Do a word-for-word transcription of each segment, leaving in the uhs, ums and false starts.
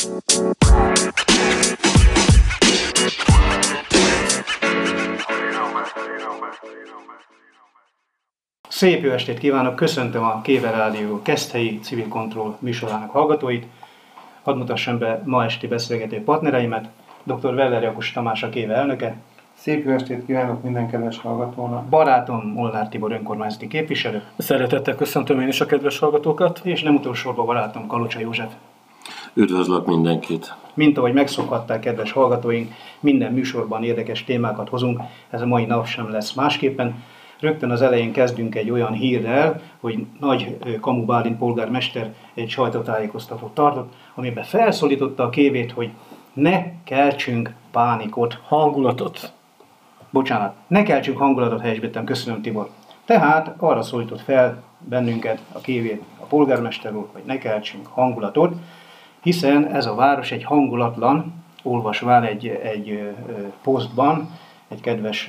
Szép jó estét kívánok! Köszöntöm a Kéve Rádió Keszthelyi Civil Control műsorának hallgatóit. Hadd mutassam be ma esti beszélgető partnereimet, dr. Weller Jakos Tamás, a Kéve elnöke. Szép jó estét kívánok minden kedves hallgatónak! Barátom Molnár Tibor, önkormányzati képviselő. Szeretettel köszöntöm én is a kedves hallgatókat. És nem utolsóban barátom Kalocsa József. Üdvözlök mindenkit! Mint ahogy megszokhatták, kedves hallgatóink, minden műsorban érdekes témákat hozunk, ez a mai nap sem lesz másképpen. Rögtön az elején kezdünk egy olyan hírrel, hogy Nagy Kamu Bálint polgármester egy sajtótájékoztatót tartott, amiben felszólította a Kévét, hogy ne keltsünk pánikot. Hangulatot. Bocsánat, ne keltsünk hangulatot, helyesbítettem, köszönöm Tibor. Tehát arra szólított fel bennünket a Kévét a polgármester úr, hogy ne keltsünk hangulatot, hiszen ez a város egy hangulatlan, olvasván egy, egy posztban, egy kedves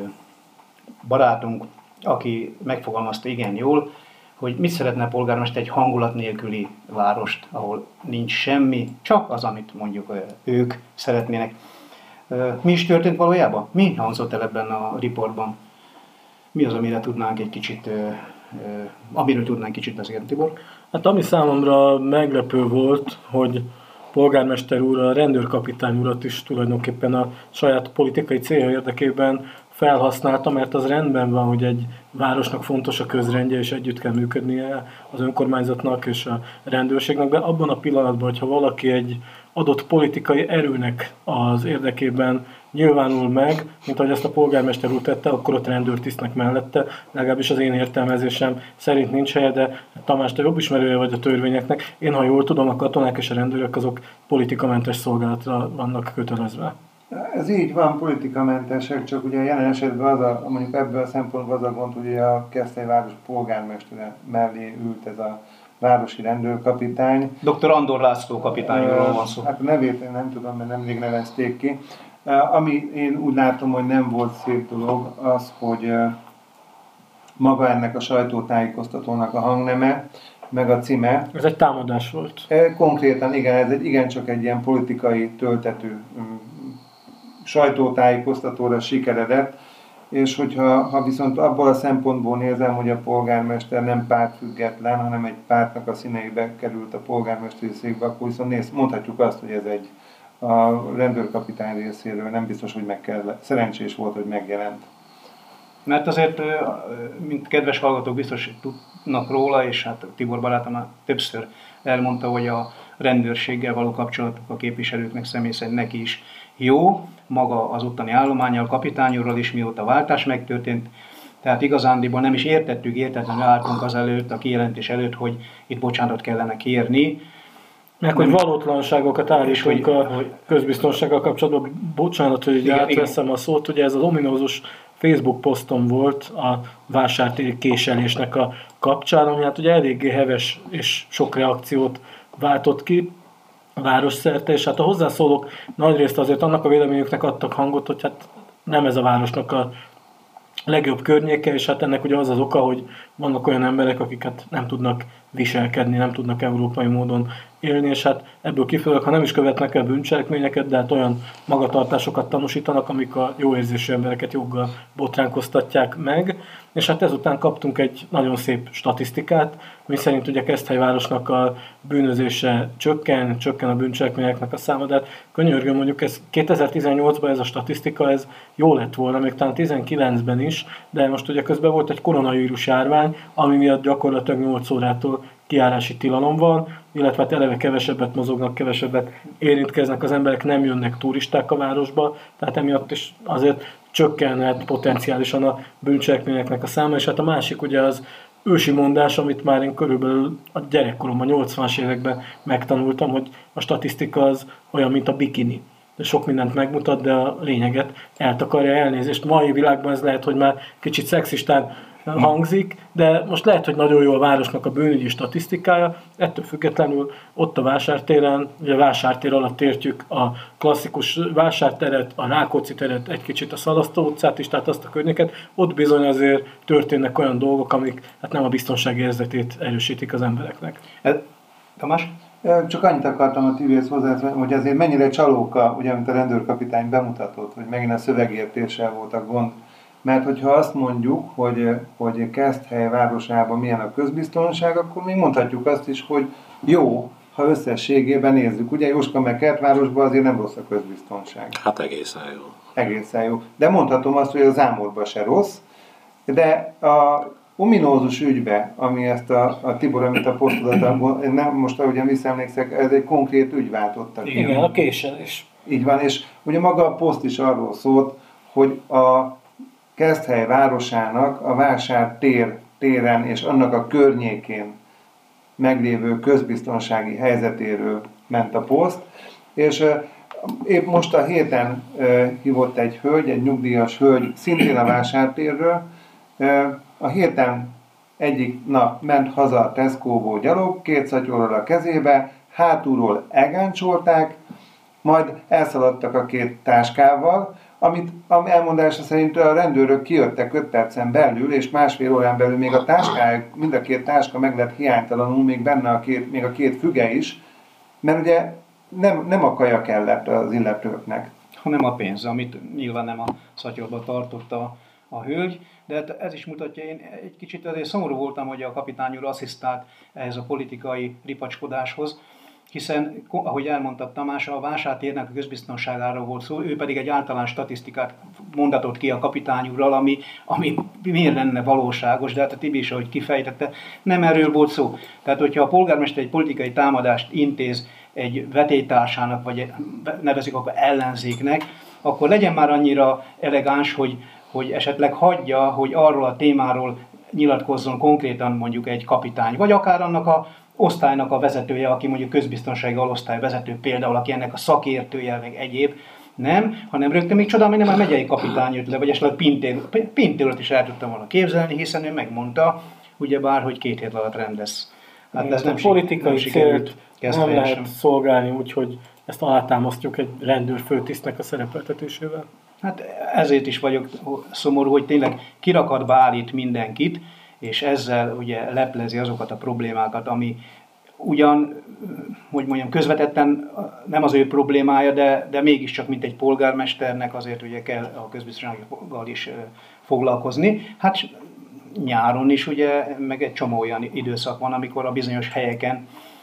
barátunk, aki megfogalmazta igen jól, hogy mit szeretne a polgármester, egy hangulat nélküli várost, ahol nincs semmi, csak az, amit mondjuk ők szeretnének. Mi is történt valójában? Mi hangzott el ebben a riportban? Mi az, amire tudnánk egy kicsit, amiről tudnánk kicsit beszélni, Tibor? Hát ami számomra meglepő volt, hogy polgármester úr a rendőrkapitány urat is tulajdonképpen a saját politikai célja érdekében felhasználta, mert az rendben van, hogy egy városnak fontos a közrendje, és együtt kell működnie az önkormányzatnak és a rendőrségnek, de abban a pillanatban, hogyha valaki egy adott politikai erőnek az érdekében nyilvánul meg, mint ahogy ezt a polgármester úr tette, akkor ott rendőrtisztnek mellette, legalábbis az én értelmezésem szerint nincs helye, de Tamás, te jobb ismerője vagy a törvényeknek. Én, ha jól tudom, a katonák és a rendőrök azok politikamentes szolgálatra vannak kötelezve. Ez így van, politikamentesek, csak ugye jelen esetben az a, mondjuk ebből a szempontból az a gond, hogy a Keszthely város polgármestere mellé ült ez a városi rendőrkapitány. doktor Andor László kapitányról van szó. Hát a nevét én nem tudom, mert nemrég nevezték ki. Ami én úgy látom, hogy nem volt szép dolog, az, hogy maga ennek a sajtótájékoztatónak a hangneme, meg a címe. Ez egy támadás volt. Konkrétan igen, ez egy igencsak egy ilyen politikai töltető sajtótájékoztatóra sikeredett, és hogyha ha viszont abból a szempontból nézem, hogy a polgármester nem pártfüggetlen, hanem egy pártnak a színeibe került a polgármesteri székbe, akkor viszont néz, mondhatjuk azt, hogy ez egy a rendőrkapitány részéről nem biztos, hogy meg kell, szerencsés volt, hogy megjelent. Mert azért, mint kedves hallgatók biztos tudnak róla, és hát Tibor barátom már többször elmondta, hogy a rendőrséggel való kapcsolatuk a képviselőknek személy szerint neki is jó, maga az ottani állománnyal, kapitányúrral is, mióta a váltás megtörtént. Tehát igazándiból nem is értettük, értetlenül álltunk az előtt, a kijelentés előtt, hogy itt bocsánatot kellene kérni. Meg hogy valótlanságokat állítunk a közbiztonsággal kapcsolatban. Bocsánat, hogy igen, átveszem igen. a szót. Ugye ez az ominózus Facebook posztom volt a vásártéri késelésnek a kapcsán, ami hát ugye eléggé heves és sok reakciót váltott ki a városszerte, és hát a hozzászólók nagyrészt azért annak a véleményüknek adtak hangot, hogy hát nem ez a városnak a legjobb környéke, és hát ennek ugye az az oka, hogy vannak olyan emberek, akik hát nem tudnak viselkedni, nem tudnak európai módon élni, és hát ebből kifolyólag, ha nem is követnek el bűncselekményeket, de hát olyan magatartásokat tanúsítanak, amik a jó érzésű embereket joggal botránkoztatják meg, és hát ezután kaptunk egy nagyon szép statisztikát, mi szerint ugye Keszthely városnak a bűnözése csökken, csökken a bűncselekményeknek a száma, de hát könyörgöm, mondjuk ez kétezer-tizennyolcban ez a statisztika, ez jó lett volna, még talán tizenkilencben is, de most ugye közben volt egy koronavírus járvány, ami miatt gyakorlatilag nyolc órától kijárási tilalom van, illetve hát eleve kevesebbet mozognak, kevesebbet érintkeznek az emberek, nem jönnek turisták a városba, tehát emiatt is azért csökkenhet potenciálisan a bűncselekményeknek a száma, és hát a másik ugye az ősi mondás, amit már én körülbelül a gyerekkoromban, a nyolcvanas években megtanultam, hogy a statisztika az olyan, mint a bikini. De sok mindent megmutat, de a lényeget eltakarja, elnézést. Mai világban ez lehet, hogy már kicsit szexistán hangzik, de most lehet, hogy nagyon jó a városnak a bűnügyi statisztikája, ettől függetlenül ott a vásártéren, ugye a vásártér alatt értjük a klasszikus vásárteret, a Rákóczi teret, egy kicsit a Szalasztó utcát is, tehát azt a környéket, ott bizony azért történnek olyan dolgok, amik hát nem a biztonság érzetét erősítik az embereknek. Tamás? Csak annyit akartam a Tibihez hozzátenni, hogy azért mennyire csalóka, ugye, amit a rendőrkapitány bemutatott, hogy megint a szövegértéssel volt a gond. Mert hogyha azt mondjuk, hogy, hogy Keszthely városában milyen a közbiztonság, akkor még mondhatjuk azt is, hogy jó, ha összességében nézzük. Ugye Jóska meg Kertvárosban azért nem rossz a közbiztonság. Hát egészen jó. Egészen jó. De mondhatom azt, hogy a Zámorban se rossz, de a ominózus ügybe, ami ezt a, a Tibor, amit a posztodat, nem most ahogyan visszaemlékszek, ez egy konkrét ügy váltotta ki. Igen, a késelés. Így van, és ugye maga a poszt is arról szólt, hogy a Keszthely városának a vásártér téren és annak a környékén meglévő közbiztonsági helyzetéről ment a poszt, és épp most a héten hívott egy hölgy, egy nyugdíjas hölgy, szintén a vásártérről. A héten egyik nap ment haza a Tesco-ból gyalog, két szatyorral a kezébe, hátulról elgáncsolták, majd elszaladtak a két táskával, amit elmondása szerint a rendőrök kijöttek öt percen belül, és másfél órán belül még a táskájuk, mind a két táska meg lett hiánytalanul, még benne a két, még a két füge is, mert ugye nem, nem a kaja kellett az illetőknek. Hanem a pénz, amit nyilván nem a szatyorba tartotta a hölgy, de hát ez is mutatja, én egy kicsit azért szomorú voltam, hogy a kapitány úr asszisztált ehhez a politikai ripacskodáshoz, hiszen, ahogy elmondta Tamás, a vásártérnek a közbiztonságáról volt szó, ő pedig egy általános statisztikát mondatott ki a kapitány úrral, ami, ami miért lenne valóságos, de hát a Tibi is, ahogy kifejtette, nem erről volt szó. Tehát, hogyha a polgármester egy politikai támadást intéz egy vetélytársának, vagy nevezik akkor ellenzéknek, akkor legyen már annyira elegáns, hogy, hogy esetleg hagyja, hogy arról a témáról nyilatkozzon konkrétan mondjuk egy kapitány, vagy akár annak a osztálynak a vezetője, aki mondjuk közbiztonsági alosztály vezető például, aki ennek a szakértője, meg egyéb, nem, hanem rögtön még csodál, hogy nem a megyei kapitány jött le, vagy esetleg Pintér, Pintérot is el tudtam volna képzelni, hiszen ő megmondta, ugyebár, hogy két hét alatt rend lesz. Hát ez nem politikai célt nem lehet sem. szolgálni, úgyhogy ezt alátámasztjuk egy rendőrfőtisztnek a szerepeltetésével. Hát ezért is vagyok szomorú, hogy tényleg kirakatba állít mindenkit, és ezzel ugye leplezi azokat a problémákat, ami ugyan, hogy mondjam, közvetetten nem az ő problémája, de, de mégiscsak, mint egy polgármesternek azért ugye kell a közbiztonsággal is foglalkozni. Hát nyáron is ugye, meg egy csomó olyan időszak van, amikor a bizonyos helyeken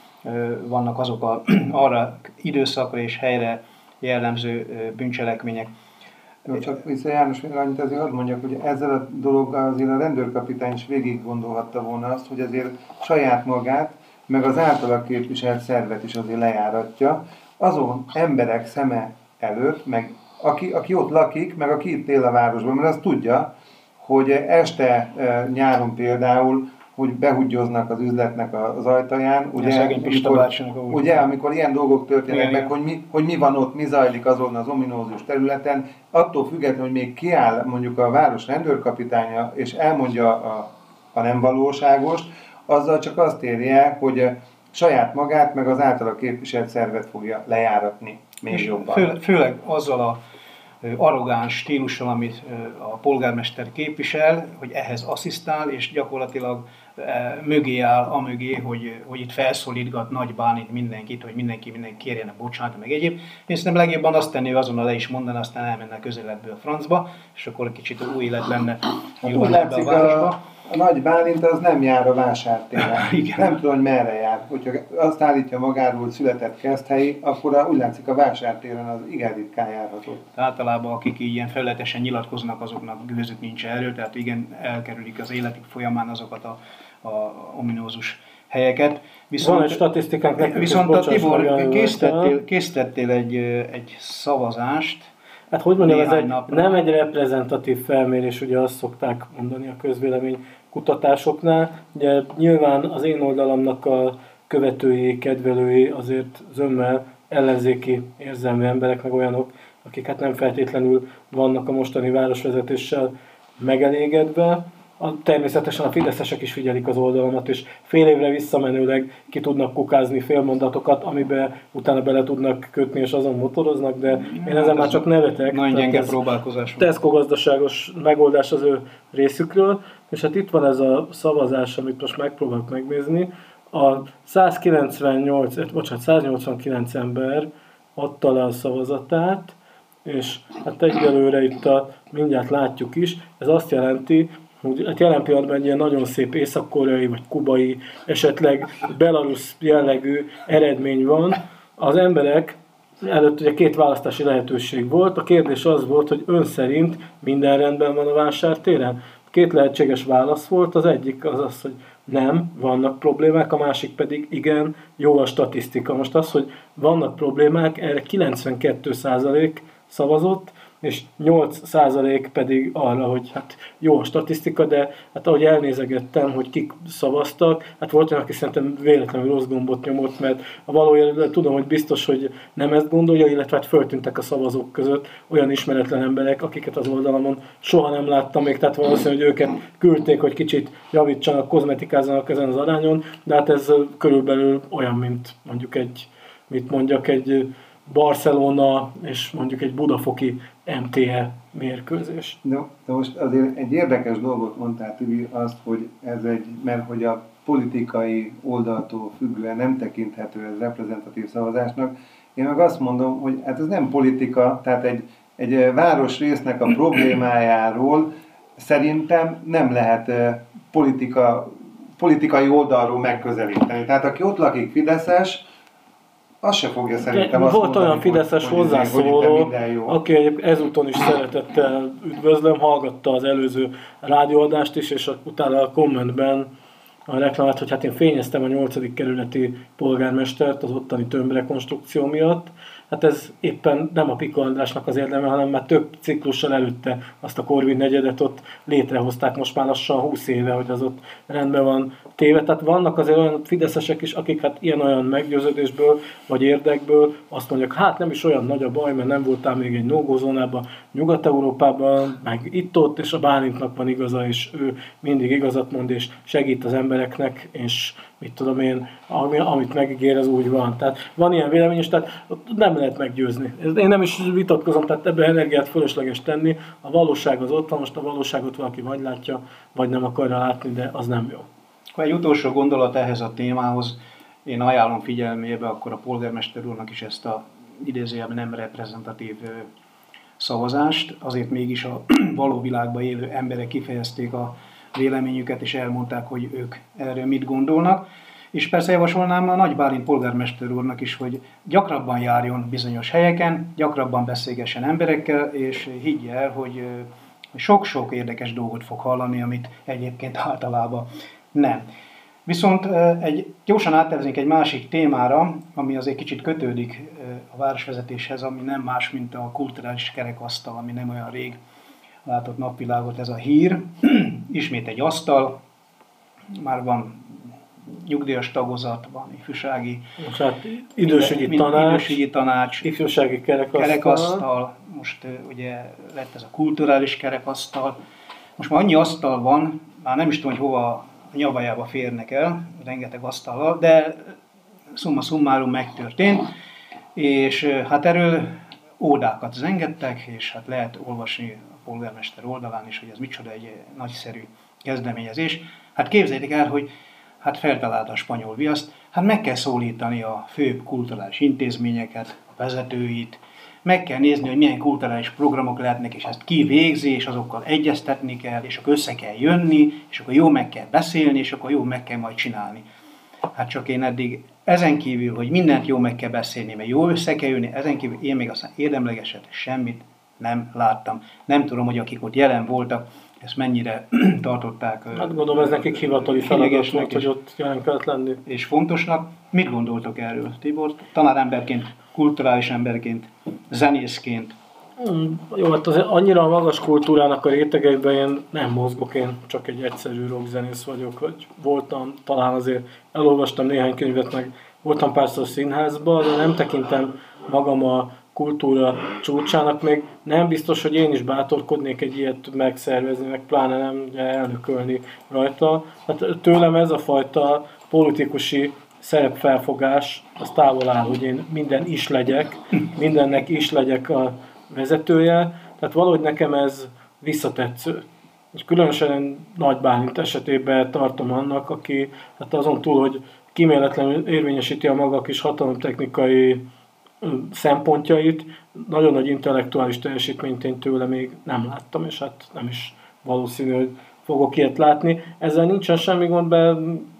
vannak azok a, arra időszakra és helyre jellemző bűncselekmények. Jó, csak vissza János, még annyit azért hadd mondjak, hogy ezzel a dologgal azért a rendőrkapitány is végig gondolhatta volna azt, hogy azért saját magát, meg az általa képviselt szervet is azért lejáratja, azon emberek szeme előtt, meg aki, aki ott lakik, meg aki itt él a városban, mert azt tudja, hogy este nyáron például, hogy behuggyoznak az üzletnek az ajtaján, ugye, amikor, ugye, amikor ilyen dolgok történnek meg, hogy mi, hogy mi van ott, mi zajlik azon az ominózus területen, attól függetlenül, hogy még kiáll mondjuk a város rendőrkapitánya, és elmondja a, a nem valóságost, azzal csak azt érje, hogy saját magát, meg az általa képviselt szervet fogja lejáratni még és jobban. Fő, főleg azzal a arrogáns stílussal, amit a polgármester képvisel, hogy ehhez asszisztál, és gyakorlatilag mögé áll, amögé, hogy, hogy itt felszólítgat, nagy bánít mindenkit, hogy mindenki mindenki kérjen a bocsánat, meg egyéb. Én szerintem legjobban azt tenni, hogy azonnal le is mondaná, aztán elmenne a közeledből a francba, és akkor kicsit új élet lenne jobban ebbe a városba. A Nagy Bálint az nem jár a vásártéren. Nem tudom, hogy merre jár. Hogyha azt állítja magáról, hogy született Keszthelyi, akkor úgy látszik a vásártéren az igen ritkán járható. Általában akik ilyen felületesen nyilatkoznak, azoknak gőzük nincs erről, tehát igen, elkerülik az életük folyamán azokat a, a ominózus helyeket. Viszont, Van egy statisztikánk nekünk, viszont a Tibor, készítettél, készítettél egy, egy szavazást. Hát hogy mondjam, ez egy, nem egy reprezentatív felmérés, ugye azt szokták mondani a közvélemény kutatásoknál. Ugye nyilván az én oldalamnak a követői, kedvelői azért zömmel ellenzéki érzelmű emberek, meg olyanok, akik hát nem feltétlenül vannak a mostani városvezetéssel megelégedve. A, természetesen a fideszesek is figyelik az oldalamat, és fél évre visszamenőleg ki tudnak kukázni félmondatokat, amiben utána bele tudnak kötni, és azon motoroznak, de én ezen már csak nevetek. Nagyon gyenge próbálkozás. Tesco gazdaságos megoldás az ő részükről, és hát itt van ez a szavazás, amit most megpróbálok megnézni. A százkilencvennyolc, bocsánat, száznyolcvankilenc ember adta le a szavazatát, és hát egyelőre itt a, mindjárt látjuk is, ez azt jelenti, hogy hát jelen pillanatban egy ilyen nagyon szép észak-koreai vagy kubai, esetleg belarusz jellegű eredmény van. Az emberek előtt ugye két választási lehetőség volt, a kérdés az volt, hogy ön szerint minden rendben van a vásártéren? Két lehetséges válasz volt, az egyik az az, hogy nem, vannak problémák, a másik pedig igen, jó a statisztika. Most az, hogy vannak problémák, erre kilencvenkettő százalék szavazott, és nyolc százalék pedig arra, hogy hát jó a statisztika, de hát ahogy elnézegettem, hogy kik szavaztak, hát volt olyan, aki szerintem véletlenül rossz gombot nyomott, mert a valójában tudom, hogy biztos, hogy nem ezt gondolja, illetve hát föltűntek a szavazók között olyan ismeretlen emberek, akiket az oldalamon soha nem láttam még, tehát valószínűleg, hogy őket küldték, hogy kicsit javítsanak, kozmetikázzanak ezen az arányon, de hát ez körülbelül olyan, mint mondjuk egy, mit mondjak, egy Barcelona és mondjuk egy budafoki em té e mérkőzés. De, de most azért egy érdekes dolgot mondtál, Tibi, azt, hogy ez egy, mert hogy a politikai oldaltól függően nem tekinthető ez reprezentatív szavazásnak. Én meg azt mondom, hogy hát ez nem politika, tehát egy, egy városrésznek a problémájáról szerintem nem lehet politika, politikai oldalról megközelíteni. Tehát aki ott lakik fideszes, az se fogja szerintem azt volt mondani, olyan fideszes hogy, hozzászóló, hogy aki egyébként ezúton is szeretettel üdvözlöm, hallgatta az előző rádióadást is, és utána a kommentben a reklamált, hogy hát én fényeztem a nyolcadik kerületi polgármestert az ottani tömbrekonstrukció miatt. Hát ez éppen nem a Piko Andrásnak az érdeme, hanem már több ciklussal előtte azt a Korvin negyedet ott létrehozták most már lassan húsz éve, hogy az ott rendben van téve. Tehát vannak azért olyan fideszesek is, akik hát ilyen-olyan meggyőződésből vagy érdekből azt mondják, hát nem is olyan nagy a baj, mert nem voltál még egy no-go zónában, Nyugat-Európában, meg itt-ott, és a Bálintnak van igaza, és ő mindig igazat mond, és segít az embereknek, és mit tudom én, ami, amit megígér, az úgy van. Tehát van ilyen vélemény is, tehát nem lehet meggyőzni. Én nem is vitatkozom, tehát ebben energiát fölösleges tenni. A valóság az ott van, most a valóságot valaki vagy látja, vagy nem akarja látni, de az nem jó. Egy utolsó gondolat ehhez a témához. Én ajánlom figyelmébe akkor a polgármester úrnak is ezt a idézőjelben nem reprezentatív szavazást. Azért mégis a való világban élő emberek kifejezték a véleményüket, és elmondták, hogy ők erről mit gondolnak. És persze javasolnám a Nagy Bálint polgármester úrnak is, hogy gyakrabban járjon bizonyos helyeken, gyakrabban beszélgessen emberekkel, és higgye el, hogy sok-sok érdekes dolgot fog hallani, amit egyébként általában nem. Viszont egy, gyorsan átterveznénk egy másik témára, ami azért kicsit kötődik a városvezetéshez, ami nem más, mint a kulturális kerekasztal, ami nem olyan rég látott napvilágot ez a hír. Ismét egy asztal, már van nyugdíjas tagozat, van ifjúsági, hát, időségi, minden, tanács, időségi tanács, ifjúsági kerekasztal. kerekasztal, most uh, ugye lett ez a kulturális kerekasztal. Most már annyi asztal van, már nem is tudom, hogy hova a nyavajába férnek el, rengeteg asztallal, de summa summarum megtörtént, és uh, hát erről ódákat zengettek, és hát lehet olvasni a polgármester oldalán is, hogy ez micsoda egy nagyszerű kezdeményezés. Hát képzeljétek el, hogy hát feltalálta a spanyol viaszt, hát meg kell szólítani a főbb kulturális intézményeket, a vezetőit, meg kell nézni, hogy milyen kulturális programok lehetnek, és ezt ki végzi, és azokkal egyeztetni kell, és akkor össze kell jönni, és akkor jó meg kell beszélni, és akkor jó meg kell majd csinálni. Hát csak én eddig ezen kívül, hogy mindent jó meg kell beszélni, mert jó össze kell jönni, ezen kívül én még aztán érdemlegeset semmit nem láttam. Nem tudom, hogy akik ott jelen voltak, ezt mennyire tartották. Hát gondolom, ez nekik hivatali feladat volt, hogy ott jelen kellett lenni. És fontosnak. Mit gondoltok erről, Tibor? Tanáremberként, kulturális emberként, zenészként? Hmm, jó, hát azért annyira a magas kultúrának a rétegekben én nem mozgok, én csak egy egyszerű rockzenész vagyok, vagy voltam, talán azért elolvastam néhány könyvet, meg voltam párszor színházban, de nem tekintem magam a kultúra csúcsának, még nem biztos, hogy én is bátorkodnék egy ilyet megszervezni, meg pláne nem elnökölni rajta. Hát tőlem ez a fajta politikusi szerepfelfogás, az távol áll, hogy én minden is legyek, mindennek is legyek a vezetője, tehát valahogy nekem ez visszatetsző. És különösen Nagy Bálint esetében tartom annak, aki hát azon túl, hogy kíméletlenül érvényesíti a maga kis hatalomtechnikai szempontjait. Nagyon nagy intellektuális teljesítményt én tőle még nem láttam, és hát nem is valószínű, hogy fogok ilyet látni. Ezzel nincsen semmi gond, de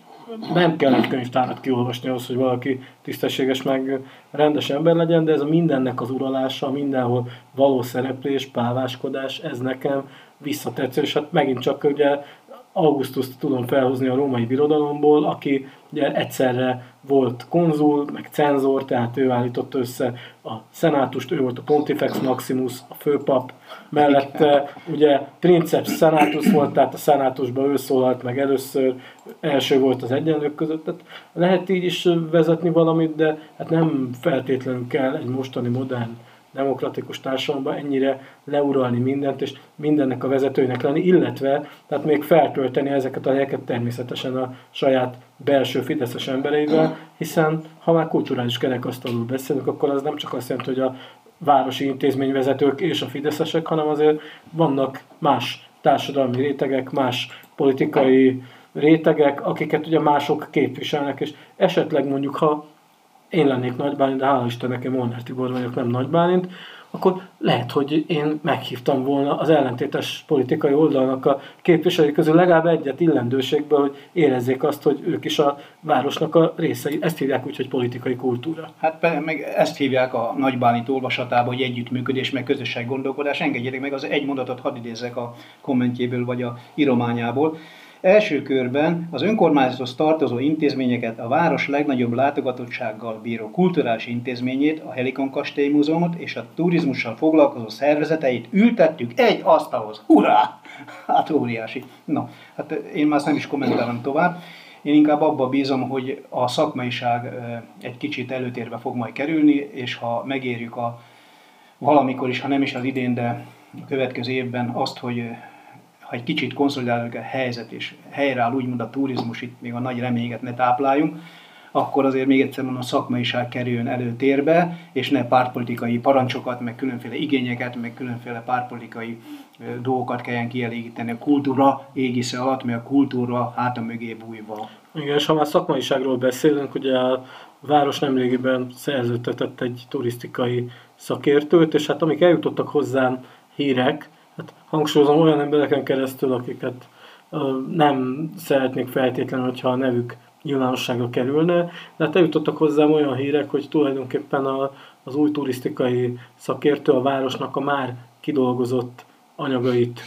nem kell egy könyvtárat kiolvasni ahhoz, hogy valaki tisztességes meg rendes ember legyen, de ez a mindennek az uralása, mindenhol való szereplés, páváskodás, ez nekem visszatetsző, és hát megint csak ugye Augustuszt tudom felhozni a római birodalomból, aki ugye egyszerre volt konzul, meg cenzor, tehát ő állította össze a szenátust, ő volt a Pontifex Maximus, a főpap, mellette ugye Princeps Senatus volt, tehát a szenátusban ő szólalt meg először, első volt az egyenlők között, tehát lehet így is vezetni valamit, de hát nem feltétlenül kell egy mostani modern demokratikus társadalomban ennyire leuralni mindent, és mindennek a vezetőinek lenni, illetve tehát még feltölteni ezeket a helyeket természetesen a saját belső fideszes embereivel, hiszen ha már kulturális kerekasztalról beszélünk, akkor az nem csak azt jelenti, hogy a városi intézményvezetők és a fideszesek, hanem azért vannak más társadalmi rétegek, más politikai rétegek, akiket ugye mások képviselnek, és esetleg mondjuk, ha én lennék Nagy Bálint, de hála Istennek én Molnár Tibor vagyok, nem Nagy Bálint, akkor lehet, hogy én meghívtam volna az ellentétes politikai oldalnak a képviselői közül legalább egyet illendőségből, hogy érezzék azt, hogy ők is a városnak a részei. Ezt hívják úgy, hogy politikai kultúra. Hát meg ezt hívják a Nagy Bálint olvasatában, hogy együttműködés, meg közösség gondolkodás. Engedjétek meg, az egy mondatot hadd idézzek a kommentjéből, vagy a írományából. Első körben az önkormányzathoz tartozó intézményeket, a város legnagyobb látogatottsággal bíró kulturális intézményét, a Helikon Kastély Múzeumot és a turizmussal foglalkozó szervezeteit ültettük egy asztalhoz. Hurrá! Hát óriási. Na, hát én már ezt nem is kommentálom tovább. Én inkább abba bízom, hogy a szakmaiság egy kicsit előtérbe fog majd kerülni, és ha megérjük a valamikor is, ha nem is az idén, de a következő évben azt, hogy ha egy kicsit konszolidáljuk a helyzet, és helyreáll úgymond a turizmus, itt még a nagy reményeket ne tápláljunk, akkor azért még egyszer mondom, a szakmaiság kerüljön előtérbe, és ne pártpolitikai parancsokat, meg különféle igényeket, meg különféle pártpolitikai dolgokat kelljen kielégíteni a kultúra égisze alatt, mert a kultúra háta mögé bújva. Igen, és ha már szakmaiságról beszélünk, ugye a város nemrégiben szerződtetett egy turisztikai szakértőt, és hát amik eljutottak hozzám hírek, hát hangsúlyozom olyan embereken keresztül, akiket ö, nem szeretnék feltétlenül, hogyha a nevük nyilvánosságra kerülne, de hát eljutottak hozzám olyan hírek, hogy tulajdonképpen a, az új turisztikai szakértő a városnak a már kidolgozott anyagait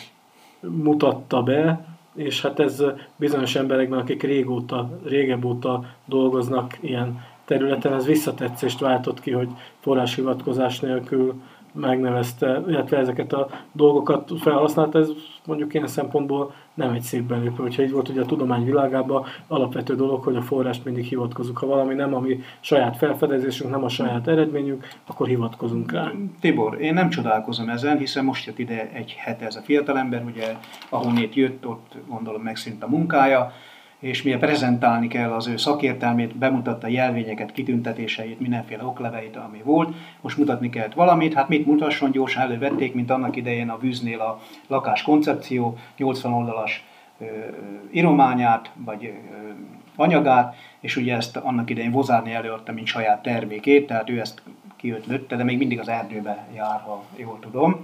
mutatta be, és hát ez bizonyos emberekben, akik régóta, régebb óta dolgoznak ilyen területen, ez visszatetszést váltott ki, hogy forráshivatkozás nélkül megnevezte, illetve ezeket a dolgokat felhasználta, ez mondjuk ilyen szempontból nem egy szép belépő. Hogyha így volt ugye a tudomány világában, alapvető dolog, hogy a forrást mindig hivatkozunk. Ha valami nem a mi saját felfedezésünk, nem a saját eredményünk, akkor hivatkozunk rá. Tibor, én nem csodálkozom ezen, hiszen most jött ide egy hete ez a fiatalember, ugye ahonnét jött, ott gondolom megszűnt a munkája, és mivel prezentálni kell az ő szakértelmét, bemutatta jelvényeket, kitüntetéseit, mindenféle okleveit, ami volt. Most mutatni kellett valamit, hát mit mutasson, gyorsan elővették, mint annak idején a Vűznél a lakáskoncepció, nyolcvan oldalas ö, írományát, vagy ö, anyagát, és ugye ezt annak idején Vozárné előadta, mint saját termékét, tehát ő ezt kiötlötte, de még mindig az erdőbe jár, ha jól tudom.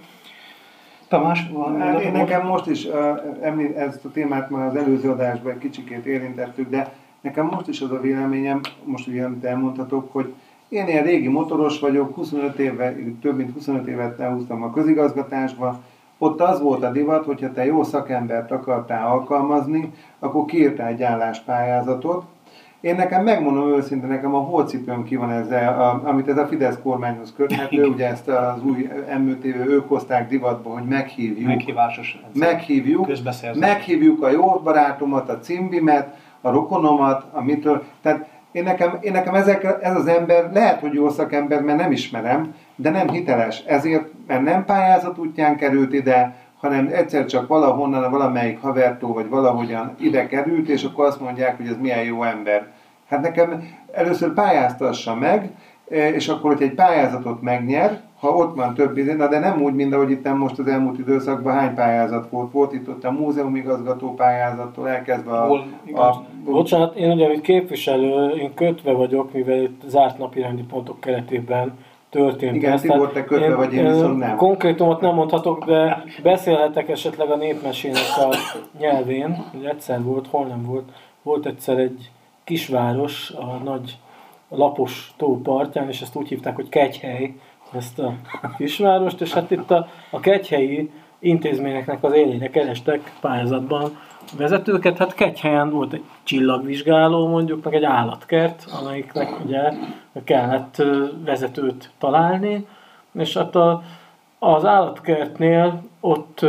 Tamás, hát én nekem most is, uh, ezt a témát már az előző adásban egy kicsikét érintettük, de nekem most is az a véleményem, most ugye amit elmondhatok, hogy én ilyen régi motoros vagyok, huszonöt éve, több mint huszonöt évet elhúztam a közigazgatásba, ott az volt a divat, hogyha te jó szakembert akartál alkalmazni, akkor kiírtál egy álláspályázatot. Én nekem megmondom őszintén, nekem a holcipőm ki van ezzel, a, amit ez a Fidesz kormányhoz köthető, ugye ezt az új em ö té vé ők hozták divatba, hogy meghívjuk, meghívásos meghívjuk, meghívjuk a jó barátomat, a cimbimet, a rokonomat, amitől, tehát én nekem, én nekem ezek, ez az ember, lehet, hogy jó szakember, mert nem ismerem, de nem hiteles, ezért, mert nem pályázat útján került ide, hanem egyszer csak valahonnan, valamelyik havertól, vagy valahogyan ide került, és akkor azt mondják, hogy ez milyen jó ember. Hát nekem először pályáztassa meg, és akkor, hogy egy pályázatot megnyer, ha ott van több idő, de nem úgy, mint ahogy itt most az elmúlt időszakban hány pályázat volt. Volt itt ott a múzeumigazgató pályázattól elkezdve a... a, a Bocsánat, én ugye, mint képviselő, én kötve vagyok, mivel itt zárt napirendi pontok keretében történt. Igen, Tibor, te kötve én, vagy, én viszont nem. Konkrétumot nem mondhatok, de beszélhetek esetleg a népmesének a nyelvén. Ugye egyszer volt, hol nem volt. Volt egyszer egy kisváros a nagy lapos tó partján, és ezt úgy hívták, hogy Kegyhely, ezt a kisvárost, és hát itt a, a kegyhelyi intézményeknek az élére kerestek pályázatban vezetőket. Hát Kegyhelyen volt egy csillagvizsgáló mondjuk, meg egy állatkert, amelyiknek ugye kellett vezetőt találni, és hát a, az állatkertnél ott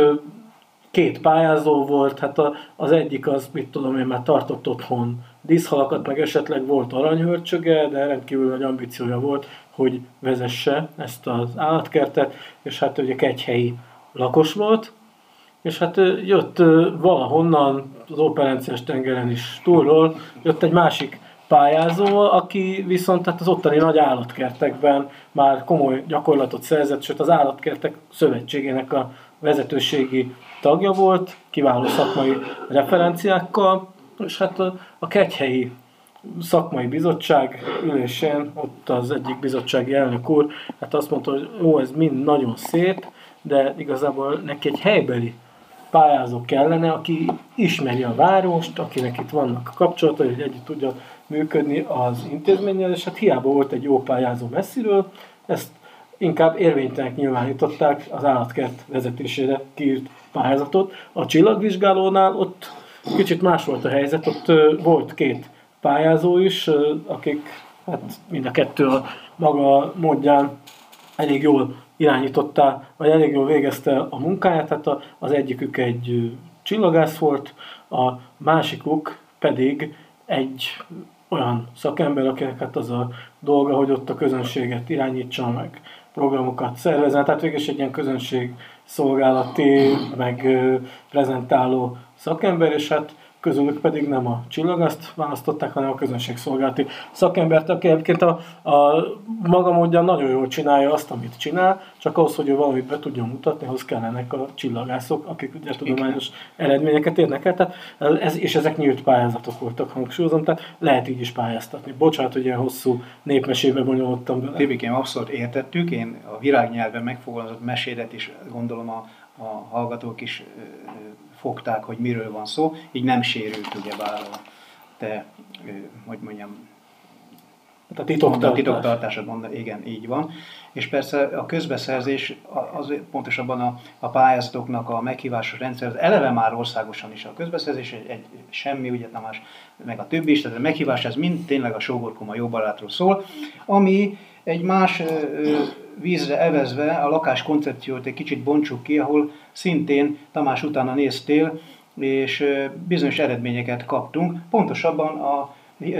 két pályázó volt, hát a, az egyik az, mit tudom én, már tartott otthon díszhalakat, meg esetleg volt aranyhörcsöge, de rendkívül nagy ambíciója volt, hogy vezesse ezt az állatkertet, és hát ugye kegyhelyi lakos volt, és hát jött valahonnan az Óperenciás tengeren is túlról, jött egy másik pályázó, aki viszont hát az ottani nagy állatkertekben már komoly gyakorlatot szerzett, sőt az állatkertek szövetségének a vezetőségi tagja volt, kiváló szakmai referenciákkal, és hát a, a kegyhelyi szakmai bizottság ülésén, ott az egyik bizottsági elnök úr, hát azt mondta, hogy ó, ez mind nagyon szép, de igazából neki egy helybeli pályázó kellene, aki ismeri a várost, akinek itt vannak kapcsolatai, hogy együtt tudja működni az intézménnyel, és hát hiába volt egy jó pályázó messziről, ezt inkább érvénytelenek nyilvánították az állatkert vezetésére kiírt pályázatot. A csillagvizsgálónál ott kicsit más volt a helyzet, ott volt két pályázó is, akik hát mind a kettő a maga módján elég jól irányította, vagy elég jól végezte a munkáját, hát az egyikük egy csillagász volt, a másikuk pedig egy olyan szakember, akinek hát az a dolga, hogy ott a közönséget irányítsa, meg programokat szervezzen, tehát végül is egy ilyen közönségszolgálati, meg prezentáló szakember, és hát közülük pedig nem a csillagászt választották, hanem a közönségszolgálati szakembert, aki egyébként a, a maga módján nagyon jól csinálja azt, amit csinál, csak ahhoz, hogy ő valamit be tudjon mutatni, ahhoz kellenek a csillagászok, akik ugye tudományos eredményeket érnek el, tehát ez, és ezek nyílt pályázatok voltak, hangsúlyozom, tehát lehet így is pályáztatni. Bocsánat, hogy ilyen hosszú népmesébe bonyolultam bele. Tibikém, abszolút értettük, én a virágnyelven megfogalmazott mesélet is gondolom a, a hallgatók is fogták, hogy miről van szó, így nem sérült ugyebár a te, hogy mondjam, a titoktartás. titoktartásod, mondani, igen, így van. És persze a közbeszerzés, az pontosabban a, a pályázatoknak a meghívásos rendszer, az eleve már országosan is a közbeszerzés, egy, egy semmi, ugye Tamás, meg a többi is, tehát a meghívás, ez mind tényleg a Sógorkoma jó barátról szól, ami egy más vízre evezve a lakáskoncepciót egy kicsit bontsuk ki, ahol szintén Tamás utána néztél, és bizonyos eredményeket kaptunk. Pontosabban a,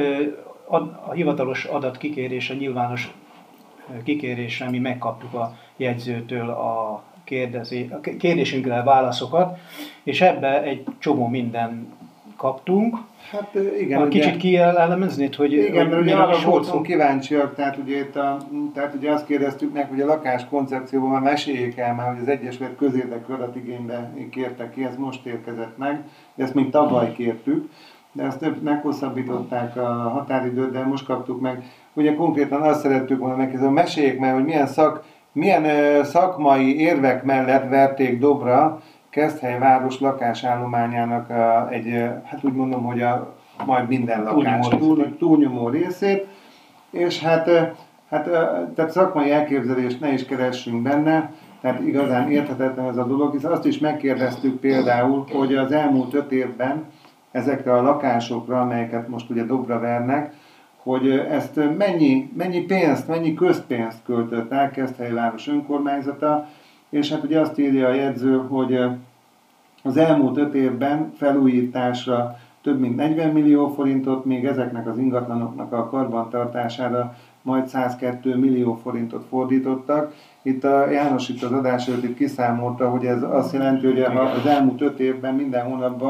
a hivatalos adat kikérése, nyilvános kikérésre mi megkaptuk a jegyzőtől a, kérdezi, a kérdésünkre válaszokat, és ebbe egy csomó minden kaptunk. Hát igen, ha kicsit kielemeznét, hogy... Igen, mert ugye arra voltunk kíváncsiak, tehát ugye, itt a, tehát ugye azt kérdeztük meg, hogy a lakáskoncepcióban már meséljék el már, hogy az Egyesület közérdekű adatigénybe kértek ki, ez most érkezett meg, ezt még tavaly kértük, de ezt több meghosszabbították a határidőt, de most kaptuk meg. Ugye konkrétan azt szerettük volna megkérdezni, hogy meséljék meg, hogy milyen, szak, milyen ö, szakmai érvek mellett verték dobra Keszthely város lakásállományának a, egy, hát úgy mondom, hogy a majd minden lakás túlnyomó, túl, túlnyomó részét, és hát, hát tehát szakmai elképzelést ne is keressünk benne, tehát igazán érthetetlen ez a dolog, hiszen azt is megkérdeztük például, hogy az elmúlt öt évben ezekre a lakásokra, amelyeket most ugye dobra vernek, hogy ezt mennyi, mennyi pénzt, mennyi közpénzt költött el Keszthely város önkormányzata, és hát ugye azt írja a jegyző, hogy az elmúlt öt évben felújításra több mint negyven millió forintot, még ezeknek az ingatlanoknak a karbantartására majd százkettő millió forintot fordítottak. Itt a János itt az adás előtt itt kiszámolta, hogy ez azt jelenti, hogy az elmúlt öt évben minden hónapban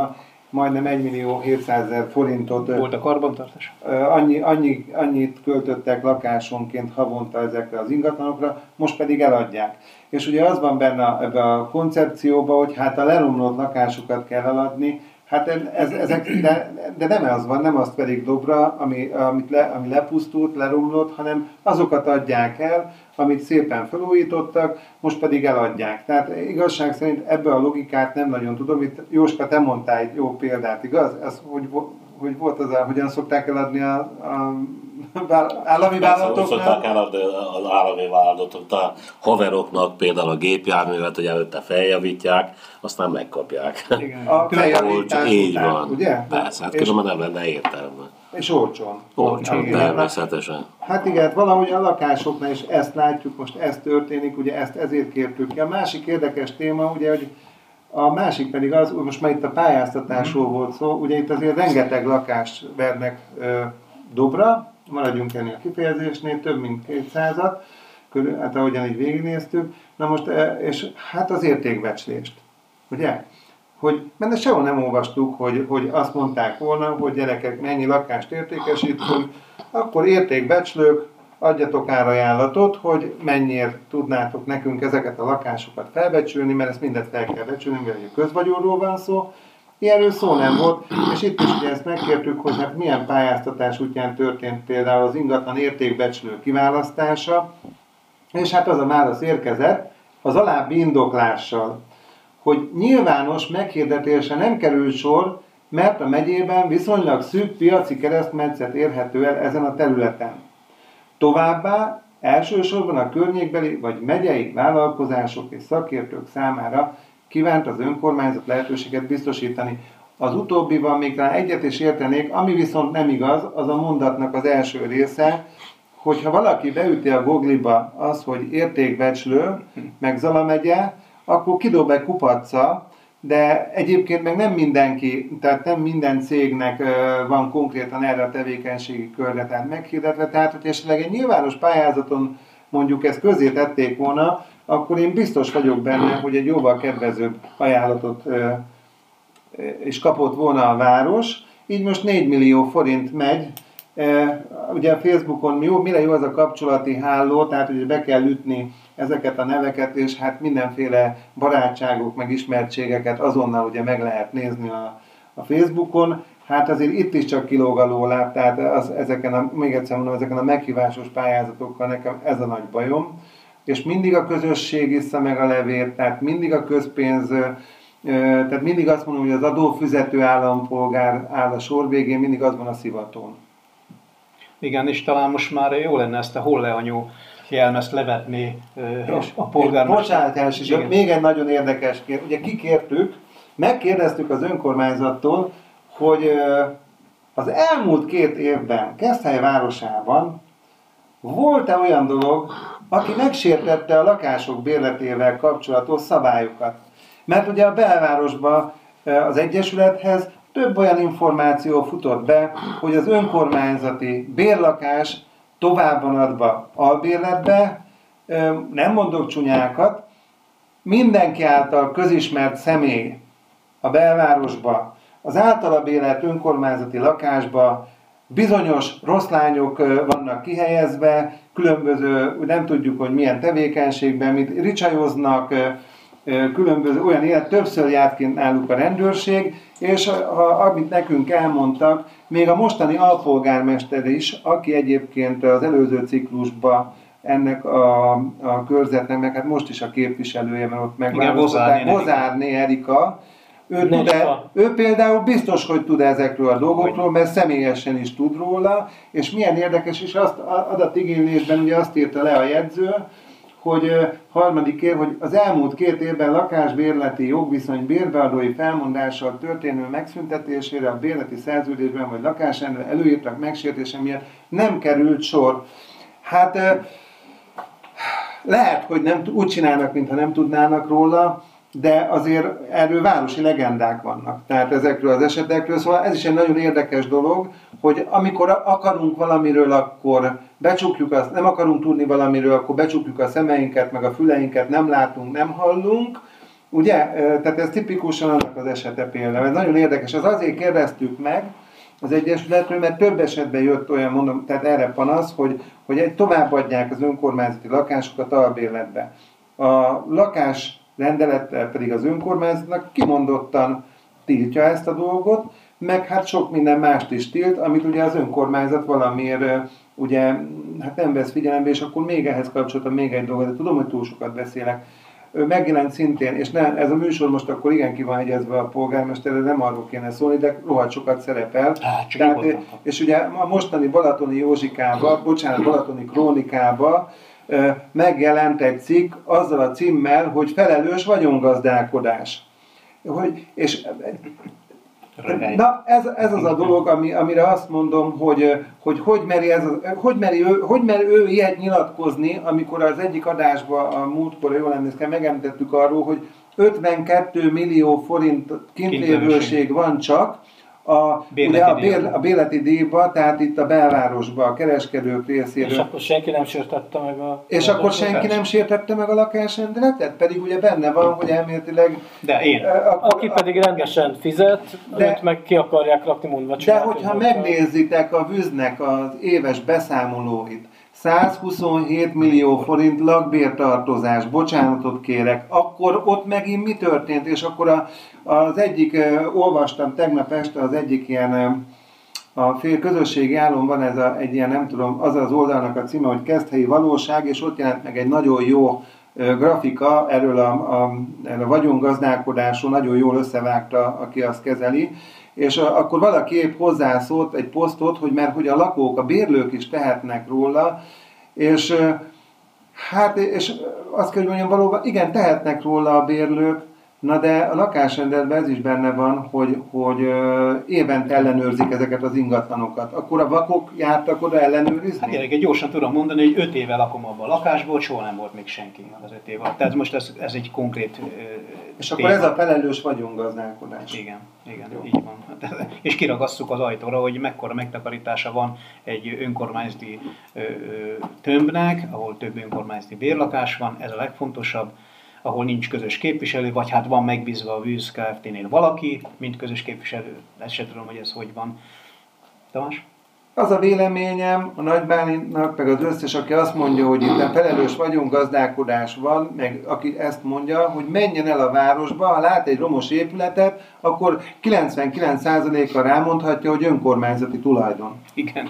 majdnem egymillió hétszázezer forintot. Volt a karbantartás? Annyi, annyi, annyit költöttek lakásonként havonta ezekre az ingatlanokra, most pedig eladják. És ugye az van benne ebbe a koncepcióban, hogy hát a leromlott lakásokat kell eladni, hát ez, ezek, de, de nem az van, nem azt pedig dobra, ami, amit le, ami lepusztult, leromlott, hanem azokat adják el, amit szépen felújítottak, most pedig eladják. Tehát igazság szerint ebbe a logikát nem nagyon tudom. Itt Jóska, te mondtál egy jó példát, igaz? Ez, hogy, hogy volt az, hogyan szokták eladni a, a állami vállalatoknál? Úgy szokták eladni az állami vállalatoknál. A haveroknak például a gépjárművet, hogy előtte feljavítják, aztán megkapják. Igen. A feljavítás így után, van. Ugye? Persze, hát különben nem lenne értelme. És olcsón. Olcsón, természetesen. Hát igen, valahogy a lakásoknál is ezt látjuk, most ez történik, ugye ezt ezért kértük ki. A másik érdekes téma, ugye, hogy a másik pedig az, most már itt a pályáztatásról volt szó, ugye itt azért rengeteg lakást vernek ö, dobra, maradjunk ennél a kifejezésnél, több mint kétszázat, körül, hát ahogyan így végignéztük, na most, és hát az értékbecslést, ugye? Hogy, mert sehol nem olvastuk, hogy, hogy azt mondták volna, hogy gyerekek, mennyi lakást értékesítünk, akkor értékbecslők, adjatok árajánlatot, hogy mennyire tudnátok nekünk ezeket a lakásokat felbecsülni, mert ezt mindet fel kell becsülni, mert a közvagyonról van szó. Ilyenről szó nem volt, és itt is ugye ezt megkértük, hogy hát milyen pályáztatás útján történt például az ingatlan értékbecslő kiválasztása, és hát az a válasz érkezett az alábbi indoklással, hogy nyilvános meghirdetésre nem került sor, mert a megyében viszonylag szűk piaci keresztmetszet érhető el ezen a területen. Továbbá elsősorban a környékbeli vagy megyei vállalkozások és szakértők számára kívánt az önkormányzat lehetőséget biztosítani. Az utóbbival még talán egyet is értenék, ami viszont nem igaz, az a mondatnak az első része, hogyha valaki beüti a Google-ba az, hogy értékbecslő, meg Zala megye, akkor kidob egy kupacca, de egyébként meg nem mindenki, tehát nem minden cégnek van konkrétan erre a tevékenységi körre, tehát meghirdetve, tehát hogy esetleg egy nyilvános pályázaton mondjuk ezt közé tették volna, akkor én biztos vagyok benne, hogy egy jóval kedvezőbb ajánlatot is kapott volna a város. Így most négy millió forint megy. Ugye a Facebookon jó, mire jó az a kapcsolati háló, tehát ugye be kell ütni ezeket a neveket, és hát mindenféle barátságok, meg ismertségeket azonnal ugye meg lehet nézni a, a Facebookon. Hát azért itt is csak kilóg a lóláb, tehát az, ezeken a, még egyszer mondom, ezeken a meghívásos pályázatokkal nekem ez a nagy bajom. És mindig a közösség issza meg a levét, tehát mindig a közpénz, tehát mindig azt mondom, hogy az adófizető állampolgár áll a sor végén, mindig az van a szivatón. Igen, és talán most már jó lenne ezt a holleanyó jelmezt levetni a polgármester. Bocsánat, Elsis, még egy nagyon érdekes kérdés. Ugye kikértük, megkérdeztük az önkormányzattól, hogy az elmúlt két évben Keszthely városában volt-e olyan dolog, aki megsértette a lakások bérletével kapcsolatos szabályokat. Mert ugye a belvárosban az Egyesülethez több olyan információ futott be, hogy az önkormányzati bérlakás tovább van adva albérletbe, nem mondok csúnyákat, mindenki által közismert személy a belvárosba, az általa bérelt önkormányzati lakásba bizonyos rossz lányok vannak kihelyezve, különböző, nem tudjuk, hogy milyen tevékenységben, mit ricsajoznak, különböző olyan élet, többször járt kint náluk a rendőrség, és a, amit nekünk elmondtak, még a mostani alpolgármester is, aki egyébként az előző ciklusban ennek a, a körzetnek, meg hát most is a képviselője, mert ott megválasztották, Bozárné Erika, Ő, tud -e, ő például biztos, hogy tud ezekről a dolgokról, mert személyesen is tud róla, és milyen érdekes, és azt adatigénylésben ugye azt írta le a jegyző, hogy harmadik év, hogy az elmúlt két évben lakásbérleti jogviszony bérbeadói felmondással történő megszüntetésére a bérleti szerződésben vagy lakásrendben előírtak megsértése miatt nem került sor. Hát lehet, hogy nem, úgy csinálnak, mintha nem tudnának róla, de azért erről városi legendák vannak, tehát ezekről az esetekről, szóval ez is egy nagyon érdekes dolog, hogy amikor akarunk valamiről, akkor becsukjuk azt, nem akarunk tudni valamiről, akkor becsukjuk a szemeinket, meg a füleinket, nem látunk, nem hallunk, Ugye? Tehát ez tipikusan annak az esete például. Ez nagyon érdekes. Ez azért kérdeztük meg az Egyesületről, mert több esetben jött olyan, mondom, tehát erre panasz, hogy, hogy egy továbbadják az önkormányzati lakásokat albérletbe. A lakás rendelettel pedig az önkormányzatnak kimondottan tiltja ezt a dolgot, meg hát sok minden mást is tilt, amit ugye az önkormányzat valamiért ugye, hát nem vesz figyelembe, és akkor még ehhez kapcsolatban még egy dolog, de tudom, hogy túl sokat beszélek. Megjelent szintén, és nem, ez a műsor most akkor igen ki van hegyezve a polgármesterre, nem arról kéne szólni, de rohadt sokat szerepel. Hát, Tehát, és ugye a mostani Balatoni Józsikába, bocsánat, Balatoni Krónikába megjelent egy cikk azzal a címmel, hogy felelős vagyongazdálkodás. Hogy, és na, ez, ez az a dolog, ami, amire azt mondom, hogy hogy, hogy, meri, ez az, hogy, meri ő, hogy meri ő ilyet nyilatkozni, amikor az egyik adásban a múltkor, jól emlékszem, megemlítettük arról, hogy ötvenkettő millió forint kintlévőség van csak a, ugye a, bér, a bérleti díjba, tehát itt a belvárosban, a kereskedők részéről. És akkor senki nem sértette meg a... És akkor senki nem sértette meg a lakásrendeletet? Pedig ugye benne van, hogy elméletileg... De én. Akkor, Aki pedig rendesen fizet, de, őt meg ki akarják rakni mondva csinálni. De hogyha megnézitek a víznek az éves beszámolóit, százhuszonhét millió forint lakbértartozás, bocsánatot kérek, akkor ott megint mi történt? És akkor a, az egyik, uh, olvastam tegnap este az egyik ilyen, uh, a fél közösségi állón van ez a, egy ilyen, nem tudom, az az oldalnak a címe, hogy Keszthelyi valóság, és ott jelent meg egy nagyon jó uh, grafika erről a, a, erről a vagyongazdálkodásról, nagyon jól összevágta, aki azt kezeli. És a, akkor valaki épp hozzászólt egy posztot, hogy mert hogy a lakók, a bérlők is tehetnek róla, és hát és azt kell, hogy mondjam, valóban igen, tehetnek róla a bérlők, na de a lakásrendeletben ez is benne van, hogy, hogy évente ellenőrzik ezeket az ingatlanokat. Akkor a vakok jártak oda ellenőrizni? Hát gyerekek, gyorsan tudom mondani, hogy öt éve lakom abban a lakásból, soha nem volt még senki az öt év alatt. Tehát most ez, ez egy konkrét És téma. Akkor ez a felelős vagyongazdálkodás. Igen, igen, jó. Így van. És kiragasszuk az ajtóra, hogy mekkora megtakarítása van egy önkormányzati ö, ö, tömbnek, ahol több önkormányzati bérlakás van, ez a legfontosabb, ahol nincs közös képviselő, vagy hát van megbízva a Vűz Kft-nél valaki, mint közös képviselő. Ezt sem tudom, hogy ez hogy van. Tamás? Az a véleményem a Nagybálinnak, meg az összes, aki azt mondja, hogy itt felelős vagyongazdálkodás van, meg aki ezt mondja, hogy menjen el a városba, ha lát egy romos épületet, akkor kilencvenkilenc százalékkal rámondhatja, hogy önkormányzati tulajdon. Igen.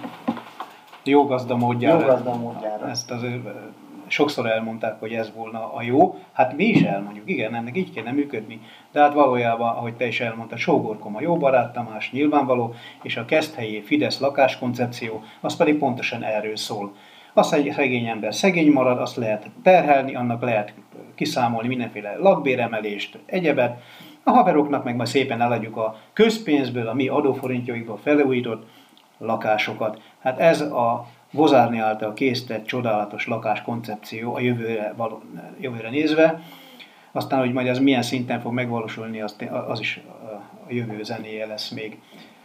Jó gazda módjára. Jó gazda módjára. Ezt azért sokszor elmondták, hogy ez volna a jó. Hát mi is elmondjuk, igen, ennek így kéne működni. De hát valójában, ahogy te is elmondtad, Sógorkom a jó barát, Tamás nyilvánvaló, és a Keszthelyi Fidesz lakáskoncepció, az pedig pontosan erről szól. Az, hogy egy szegény ember szegény marad, azt lehet terhelni, annak lehet kiszámolni mindenféle lakbéremelést, egyebet. A haveroknak meg majd szépen eladjuk a közpénzből, a mi adóforintjaikból felújított lakásokat. Hát ez a Vozárni által készített csodálatos lakáskoncepció a jövőre, való, jövőre nézve. Aztán, hogy majd ez milyen szinten fog megvalósulni, az, az is a jövő zenéje lesz még.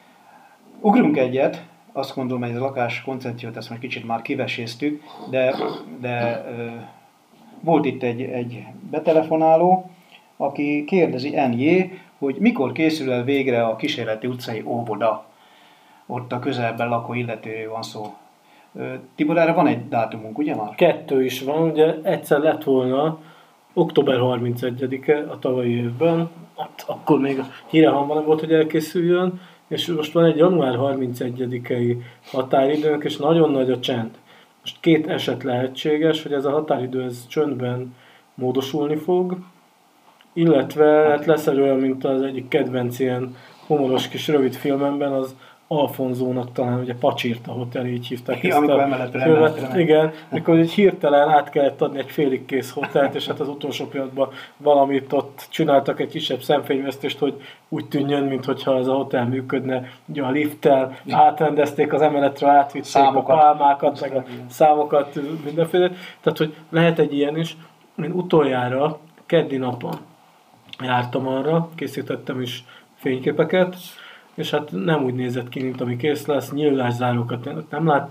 Ugrunk egyet, azt gondolom, hogy ez a lakáskoncepciót ezt most kicsit már kiveséztük, de, de ö, volt itt egy, egy betelefonáló, aki kérdezi en jé, hogy mikor készül el végre a Kísérleti utcai óvoda. Ott a közelben lakó illetőről van szó. Tibor, erre van egy dátumunk, ugye már? Kettő is van, ugye egyszer lett volna október harmincegyedike a tavalyi évben, hát akkor még Hírehamban nem volt, hogy elkészüljön, és most van egy január harmincegyedikei határidőnk, és nagyon nagy a csend. Most két eset lehetséges, hogy ez a határidő ez csöndben módosulni fog, illetve hát lesz egy olyan, mint az egyik kedvenc ilyen humoros kis rövid filmemben, az Alfonzónak talán ugye Pacsirta Hotel, így hívták ja, ezt a követ. Igen, mikor így hirtelen át kellett adni egy félig kész hotelt, és hát az utolsó pillanatban valamit ott csináltak, egy kisebb szemfényvesztést, hogy úgy tűnjön, mintha ez a hotel működne. Ugye a lifttel átrendezték az emeletre, átvitték számokat, a pálmákat, meg a számokat, mindenféle. Tehát, hogy lehet egy ilyen is. Én utoljára keddi napon jártam arra, készítettem is fényképeket, és hát nem úgy nézett ki, mint ami kész lesz, nyílászárókat nem láttam,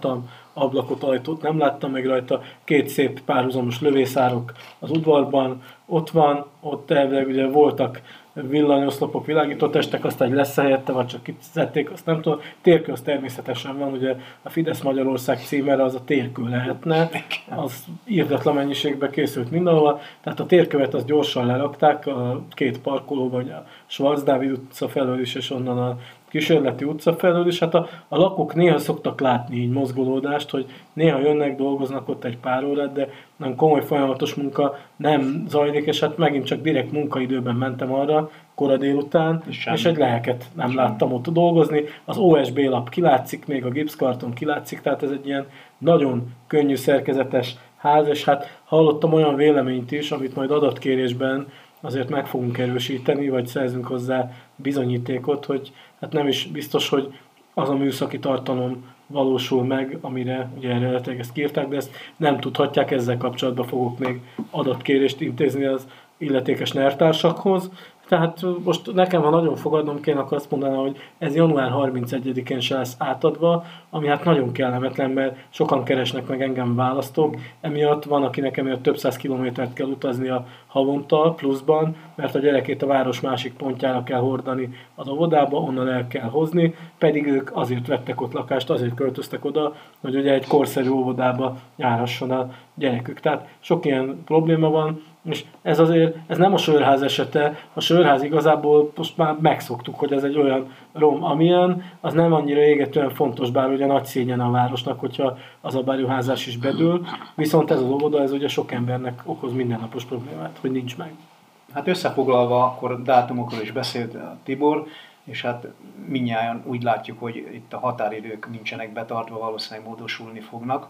ablakot, ajtót nem láttam meg rajta, két szép párhuzamos lövészárok az udvarban, ott van, ott elvileg ugye voltak villanyoszlopok, világító testek, aztán egy lesz helyette, vagy csak kiszedték, azt nem tudom. Térkő az természetesen van, ugye a Fidesz Magyarország címere az a térkő lehetne, az írdatlan mennyiségben készült mindenhol, tehát a térkövet azt gyorsan lerakták a két parkolóban, a Schwarz Dávid utca felől is, és onnan a Kísérleti utca felől is. Hát a, a lakók néha szoktak látni így mozgolódást, hogy néha jönnek, dolgoznak ott egy pár órát, de nem komoly folyamatos munka nem zajlik, és hát megint csak direkt munkaidőben mentem arra, kora délután, és, és egy lelket nem Semmi. láttam ott dolgozni. Az o es bé lap kilátszik, még a gipszkarton kilátszik, tehát ez egy ilyen nagyon könnyű szerkezetes ház, és hát hallottam olyan véleményt is, amit majd adatkérésben azért meg fogunk erősíteni, vagy szerzünk hozzá bizonyítékot, hogy hát nem is biztos, hogy az a műszaki tartalom valósul meg, amire ugye eredetileg ezt kiírták, de ezt nem tudhatják, ezzel kapcsolatban fogok még adatkérést intézni az illetékes nertársakhoz. Tehát most nekem, ha nagyon fogadnom kéne, akkor azt mondaná, hogy ez január harmincegyedikén se lesz átadva, ami hát nagyon kellemetlen, mert sokan keresnek meg engem választók, emiatt van, akinek emiatt több száz kilométert kell utaznia havonta pluszban, mert a gyerekét a város másik pontjára kell hordani az óvodába, onnan el kell hozni, pedig ők azért vettek ott lakást, azért költöztek oda, hogy ugye egy korszerű óvodába járhasson a gyerekük. Tehát sok ilyen probléma van, és ez azért, ez nem a Sörház esete, a Sörház igazából most már megszoktuk, hogy ez egy olyan rom, amilyen, az nem annyira égetően fontos, bár ugye nagy szégyen a városnak, hogyha az a beruházás is bedől, viszont ez az óvoda, ez ugye sok embernek okoz mindennapos problémát, hogy nincs meg. Hát összefoglalva, akkor dátumokról is beszélt a Tibor, és hát mindnyájan úgy látjuk, hogy itt a határidők nincsenek betartva, valószínűleg módosulni fognak.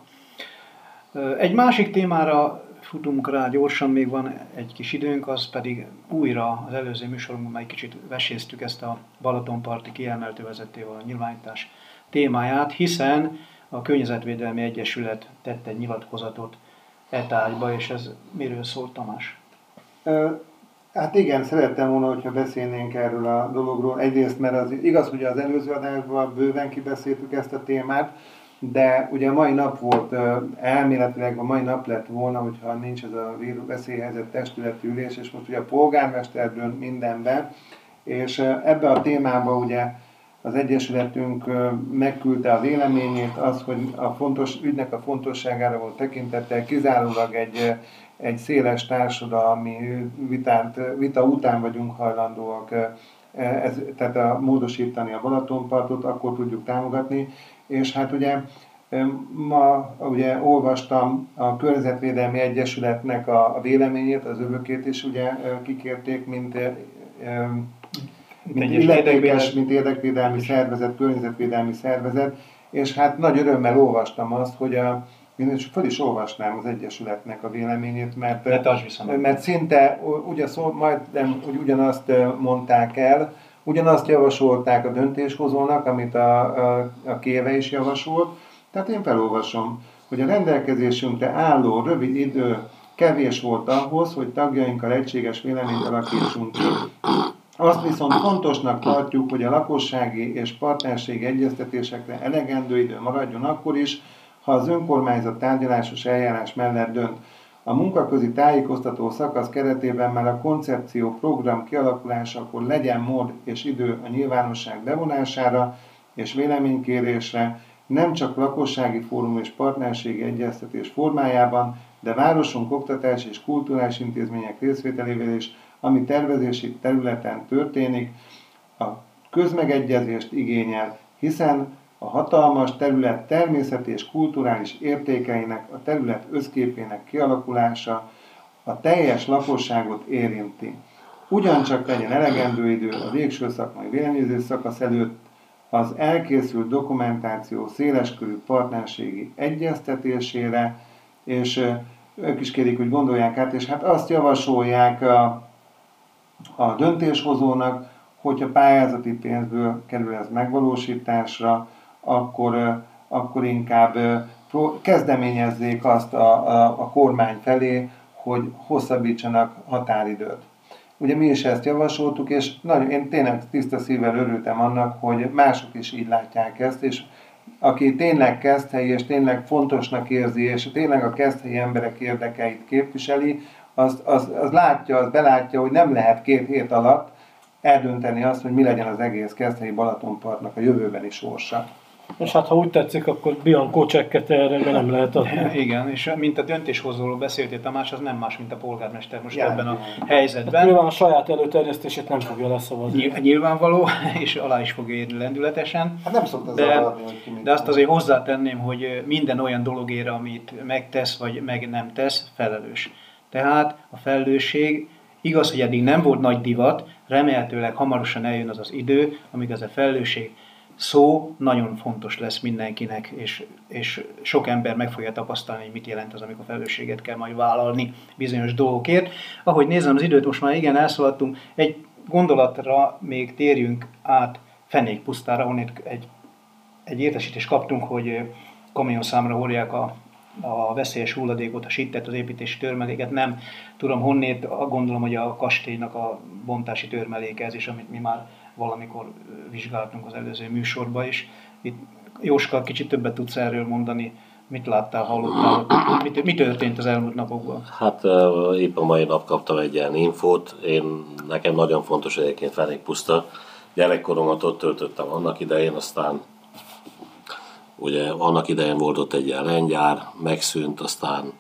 Egy másik témára futunk rá gyorsan, még van egy kis időnk, az pedig újra az előző műsorunkban már egy kicsit veséztük ezt a Balatonparti kiemeltő vezetővel a nyilvánítás témáját, hiszen a Környezetvédelmi Egyesület tett egy nyilatkozatot e tárgyba, és ez miről szól, Tamás? Hát igen, szerettem volna, hogyha beszélnénk erről a dologról. Egyrészt, mert az igaz, hogy az előző adásban bőven kibeszéltük ezt a témát, de ugye a mai nap volt, elméletileg a mai nap lett volna, hogyha nincs ez a veszélyhelyzet testületi ülés, és most ugye a polgármester dönt mindenben, és ebbe a témába ugye az Egyesületünk megküldte a véleményét, az, hogy a fontos, ügynek a fontosságára volt tekintettel, kizárólag egy, egy széles társadalmi vitát, vita után vagyunk hajlandóak ez, tehát a, módosítani a Balatonpartot, akkor tudjuk támogatni. És hát ugye ma ugye olvastam a Környezetvédelmi Egyesületnek a, a véleményét, az övökét is ugye kikérték, mint, mint illetékes, mint érdekvédelmi szervezet, környezetvédelmi szervezet, és hát nagy örömmel olvastam azt, hogy a Én is fel is olvasnám az Egyesületnek a véleményét, mert, mert szinte ugye szó, majdnem, hogy ugyanazt mondták el, ugyanazt javasolták a döntéshozónak, amit a, a, a Kéve is javasolt. Tehát én felolvasom, hogy a rendelkezésünkre álló rövid idő kevés volt ahhoz, hogy tagjainkkal egységes véleményt alakítsunk ki. Azt viszont fontosnak tartjuk, hogy a lakossági és partnerségi egyeztetésekre elegendő idő maradjon akkor is, ha az önkormányzat tárgyalásos eljárás mellett dönt. A munkaközi tájékoztató szakasz keretében már a koncepció program kialakulásakor legyen mód és idő a nyilvánosság bevonására és véleménykérésre, nem csak lakossági fórum és partnerségi egyeztetés formájában, de városunk oktatási és kulturális intézmények részvételével is, ami tervezési területen történik, a közmegegyezést igényel, hiszen a hatalmas terület természeti és kulturális értékeinek, a terület összképének kialakulása a teljes lakosságot érinti. Ugyancsak legyen elegendő idő a végső szakmai véleményezés szakasz előtt az elkészült dokumentáció széleskörű partnerségi egyeztetésére, és ők is kérik, hogy gondolják át, és hát azt javasolják a, a döntéshozónak, hogyha pályázati pénzből kerül ez megvalósításra, akkor, akkor inkább kezdeményezzék azt a, a, a kormány felé, hogy hosszabbítsanak határidőt. Ugye mi is ezt javasoltuk, és nagyon, én tényleg tiszta szívvel örültem annak, hogy mások is így látják ezt, és aki tényleg keszthelyi és tényleg fontosnak érzi, és tényleg a keszthelyi emberek érdekeit képviseli, az, az, az látja, az belátja, hogy nem lehet két hét alatt eldönteni azt, hogy mi legyen az egész keszthelyi Balatonpartnak a jövőbeni sorsa. És hát ha úgy tetszik, akkor Bianco csekket erre nem lehet adni. Igen, és mint a döntéshozóról beszéltél, Tamás, az nem más, mint a polgármester most ja, ebben a ja. helyzetben. Nyilván a saját előterjesztését nem fogja leszavazni. Nyilvánvaló, és alá is fogja érni lendületesen. Hát nem szokta de, zavarni, hogy ki mit de azt azért hozzátenném, hogy minden olyan dologért, amit megtesz, vagy meg nem tesz, felelős. Tehát a felelősség, igaz, hogy eddig nem volt nagy divat, remélhetőleg hamarosan eljön az az idő, amíg ez a felelősség szó nagyon fontos lesz mindenkinek, és, és sok ember meg fogja tapasztalni, hogy mit jelent az, amikor felelősséget kell majd vállalni bizonyos dolgokért. Ahogy nézem az időt, most már igen elszaladtunk, egy gondolatra még térjünk át Fenékpusztára, onnét egy, egy értesítést kaptunk, hogy kamionszámra hordják a, a veszélyes hulladékot, a sittet, az építési törmeléket. Nem tudom honnét, gondolom, hogy a kastélynak a bontási törmeléke ez is, amit mi már valamikor vizsgáltunk az előző műsorban is. Itt Jóska, kicsit többet tudsz erről mondani, mit láttál, hallottál, mit, mi történt az elmúlt napokban? Hát uh, épp a mai nap kaptam egy ilyen infót. Én, nekem nagyon fontos egyébként Fenékpuszta. Gyerekkoromat ott töltöttem annak idején, aztán ugye annak idején volt ott egy ilyen lengyár, megszűnt, aztán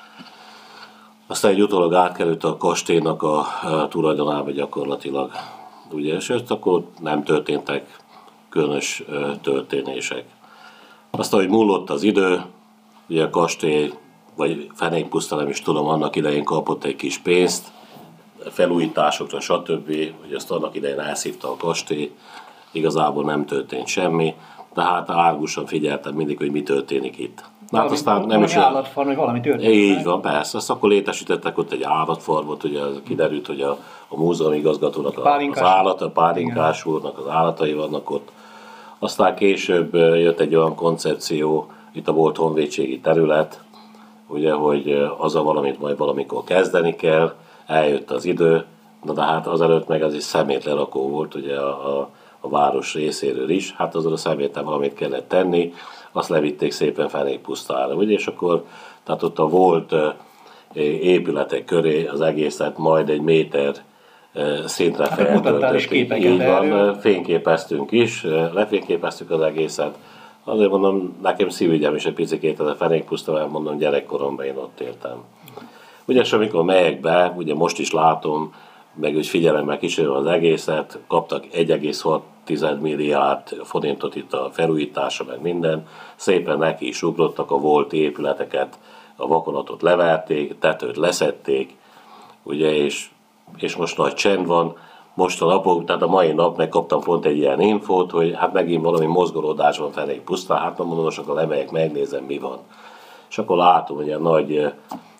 aztán egy utólag átkerült a kastélynak a, a tulajdonába gyakorlatilag. Ugye, és akkor nem történtek különös ö, történések. Aztán, hogy múlott az idő, ugye a kastély, vagy Fenékpuszta, nem is tudom, annak idején kapott egy kis pénzt, felújításokra, stb. Ugye azt annak idején elszívta a kastély, igazából nem történt semmi, de hát árgusan figyeltem mindig, hogy mi történik itt. Hát aztán nem is állatfarm, hogy valami történt. Így van, persze. Azt akkor létesítettek ott egy állatfarmot, ugye kiderült, hogy a, a múzeum igazgatónak a, az állata, a Pálinkás úrnak az állatai vannak ott. Aztán később jött egy olyan koncepció, itt a volt honvédségi terület, ugye, hogy az a valamit majd valamikor kezdeni kell, eljött az idő, na de hát azelőtt meg az is szemétlerakó volt, ugye a, a, a város részéről is, hát azon a szeméten valamit kellett tenni, azt levitték szépen Fenékpusztára, ugye, és akkor, tehát ott a volt épületek köré az egészet majd egy méter szintre hát feltöltötték. Így van, fényképeztünk is, lefényképeztük az egészet. Azért mondom, nekem szívügyem is egy picikét ez a Fenékpuszta, mert mondom, gyerekkoromban én ott éltem. Ugye, és amikor megyek be, ugye most is látom, meg úgy figyelemmel kísérem az egészet, kaptak egy egész hat milliárd forintot itt a felújítása, meg minden. Szépen neki is ugrottak a volt épületeket, a vakonatot leverték, tetőt leszették, ugye, és, és most nagy csend van. Most a napok, tehát a mai nap megkaptam pont egy ilyen infót, hogy hát megint valami mozgolódás van Fenékpusztán, hát nem mondom, most akkor lemegyek, megnézem, mi van. És akkor látom, hogy ilyen nagy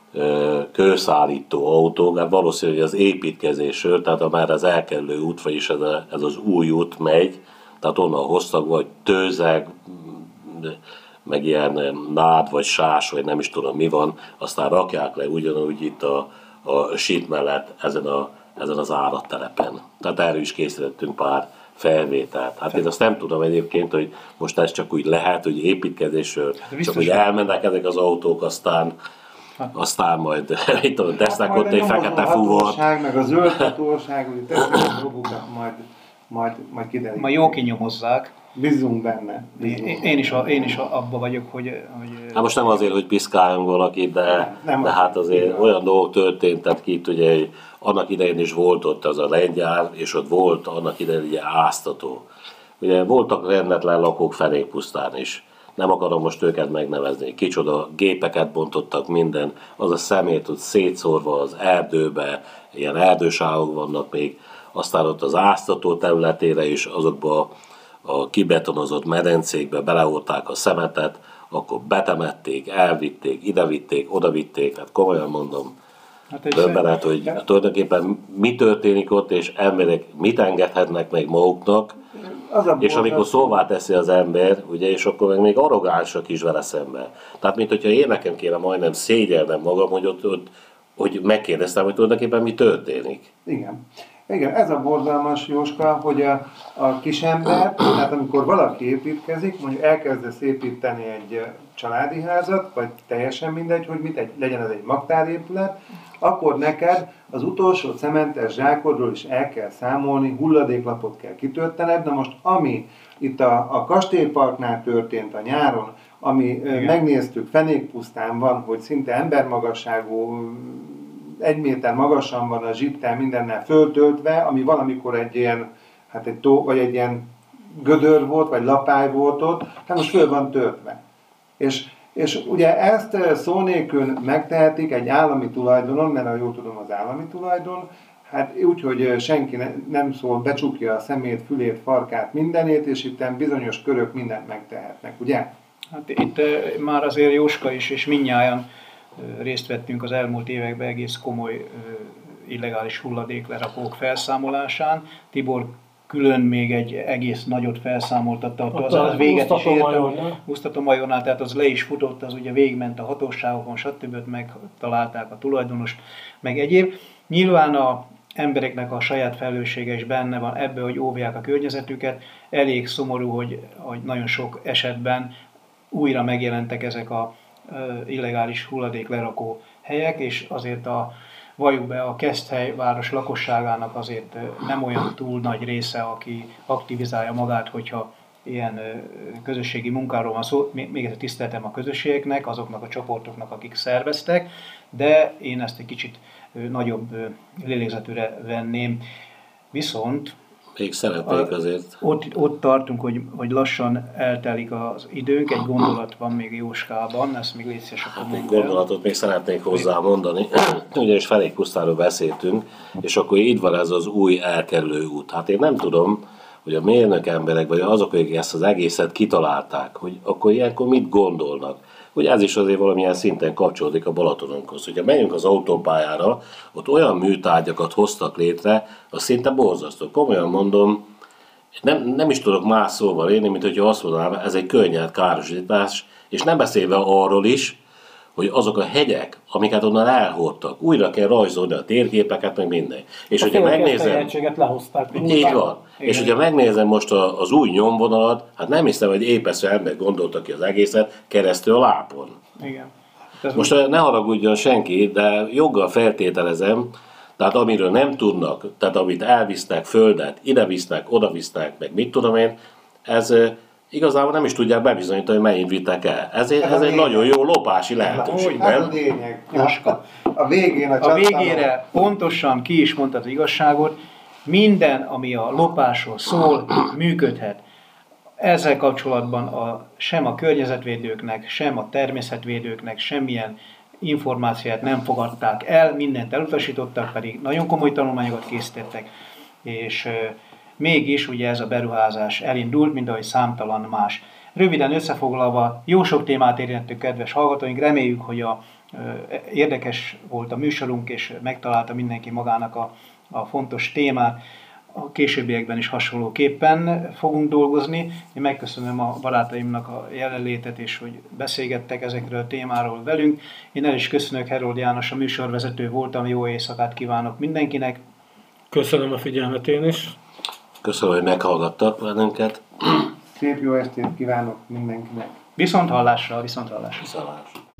kőszállító autó, mert valószínű, hogy az építkezésről, tehát már az elkerülő út, vagyis ez, a, ez az új út megy, tehát onnan hoztak, vagy tőzeg, meg ilyen nád, vagy sás, vagy nem is tudom mi van, aztán rakják le ugyanúgy itt a, a sít mellett ezen, a, ezen az állattelepen. Tehát erről is készítettünk pár felvételt. Hát én azt nem tudom egyébként, hogy most ez csak úgy lehet, hogy építkezésről, csak hogy elmennek ezek az autók, aztán aztán majd, itt tudom, tesznek hát ott egy fekete fuvart. Meg a zöld hatóság, hogy tesznek a dolgokat, majd, majd, majd kiderít. Majd jó kinyomozzák. Bízzunk benne. Bízzunk én, én, is a, én is abba vagyok, hogy... hogy hát most nem azért, hogy piszkáljunk valakit, de, nem, de hát azért igen. Olyan dolgok történtek ki itt, ugye, hogy annak idején is volt ott az a lengyár, és ott volt annak idején ugye áztató. Ugye voltak rendetlen lakók Fenékpusztán is. Nem akarom most őket megnevezni. Kicsoda gépeket bontottak, minden, az a szemét ott szétszórva az erdőbe, ilyen erdősávok vannak még, aztán ott az áztató területére is azokba a kibetonozott medencékbe beleolták a szemetet, akkor betemették, elvitték, idevitték, odavitték, hát komolyan mondom, hát döbbenet, hogy de... tulajdonképpen mi történik ott, és emberek mit engedhetnek meg maguknak, és amikor szóvá teszi az ember, ugye, és akkor meg még arrogánsak is vele szemben. Tehát, mint hogyha én nekem kéne majdnem szégyelnem magam, hogy ott, ott hogy megkérdeztem, hogy tulajdonképpen mi történik. Igen. Igen, ez a borzalmas, Jóska, hogy a, a kisember, tehát amikor valaki építkezik, mondjuk elkezdesz építeni egy családi házat, vagy teljesen mindegy, hogy mit, egy, legyen ez egy magtárépület, akkor neked az utolsó cementes zsákodról is el kell számolni, hulladéklapot kell kitöltened. Na most, ami itt a, a kastélyparknál történt a nyáron, ami Igen. megnéztük, fenékpusztán van, hogy szinte embermagasságú, egy méter magasan van a zsittel mindennel föltöltve, ami valamikor egy ilyen, hát egy tó, vagy egy ilyen gödör volt, vagy lapály volt ott, hát most föl van töltve. És, és ugye ezt szó nélkül megtehetik egy állami tulajdonon, mert ha jól tudom, az állami tulajdon, hát úgy, hogy senki ne, nem szól, becsukja a szemét, fülét, farkát, mindenét, és itt bizonyos körök mindent megtehetnek, ugye? Hát itt már azért Jóska is, és mindnyájan részt vettünk az elmúlt években egész komoly illegális hulladéklerakók felszámolásán. Tibor külön még egy egész nagyot felszámoltatta, az, az véget is értem, Úsztatomajornál, tehát az le is futott, az ugye végigment a hatóságokon, stb. Megtalálták a tulajdonost, meg egyéb. Nyilván a embereknek a saját felelőssége is benne van ebbe, hogy óvják a környezetüket. Elég szomorú, hogy, hogy nagyon sok esetben újra megjelentek ezek a illegális hulladéklerakó helyek, és azért a, valljuk be, a Keszthely város lakosságának azért nem olyan túl nagy része, aki aktivizálja magát, hogyha ilyen közösségi munkáról van szó. Még egyszer tiszteltem a közösségeknek, azoknak a csoportoknak, akik szerveztek, de én ezt egy kicsit nagyobb lélegzetűre venném. Viszont még szeretnék azért. Ott, ott tartunk, hogy, hogy lassan eltelik az időnk, egy gondolat van még Jóskában, ezt még légy szíves, akkor hát egy gondolatot még szeretnék hozzá mondani. Ugyanis Fenékpusztáról beszéltünk, és akkor itt van ez az új elkerülő út. Hát én nem tudom, hogy a mérnök emberek, vagy azok, akik ezt az egészet kitalálták, hogy akkor ilyenkor mit gondolnak. Hogy ez is azért valamilyen szinten kapcsolódik a Balatonunkhoz. Hogyha megyünk az autópályára, ott olyan műtárgyakat hoztak létre, az szinte borzasztó. Komolyan mondom, nem, nem is tudok más szóval élni, mint hogyha azt mondanám, ez egy környezet károsítás, és nem beszélve arról is, hogy azok a hegyek, amiket onnan elhordtak, újra kell rajzolni a térképeket, meg minden. És a hogyha megnézem, lehozták. Így van. Igen. És hogyha megnézem most a, az új nyomvonalat, hát nem hiszem, hogy épesző ember gondolta ki az egészet keresztül a lápon. Igen. Most úgy... ne haragudjon senki, de joggal feltételezem, tehát amiről nem tudnak, tehát amit elvisznek földet, ide visznek, oda visznek, meg mit tudom én, ez igazából nem is tudják bebizonyítani, hogy mennyit vittek el. Ez, ez, ez egy nagyon jó lopási lehetőség, nem? Ez a lényeg. A végén a, a végére pontosan ki is mondtad az igazságot, minden, ami a lopásról szól, működhet. Ezzel kapcsolatban a, sem a környezetvédőknek, sem a természetvédőknek semmilyen információt nem fogadták el, mindent elutasítottak, pedig nagyon komoly tanulmányokat készítettek, és e, mégis ugye ez a beruházás elindult, mint ahogy számtalan más. Röviden összefoglalva, jó sok témát érintettük, kedves hallgatóink, reméljük, hogy a, e, érdekes volt a műsorunk, és megtalálta mindenki magának a, a fontos témát. A későbbiekben is hasonlóképpen fogunk dolgozni. Én megköszönöm a barátaimnak a jelenlétet, és hogy beszélgettek ezekről a témáról velünk. Én el is köszönök, Herold János, a műsorvezető voltam, jó éjszakát kívánok mindenkinek. Köszönöm a figyelmet én is. Köszönöm, hogy meghallgattak bennünket. Szép jó estét kívánok mindenkinek. Viszont hallásra, viszont hallásra. Viszont hallásra.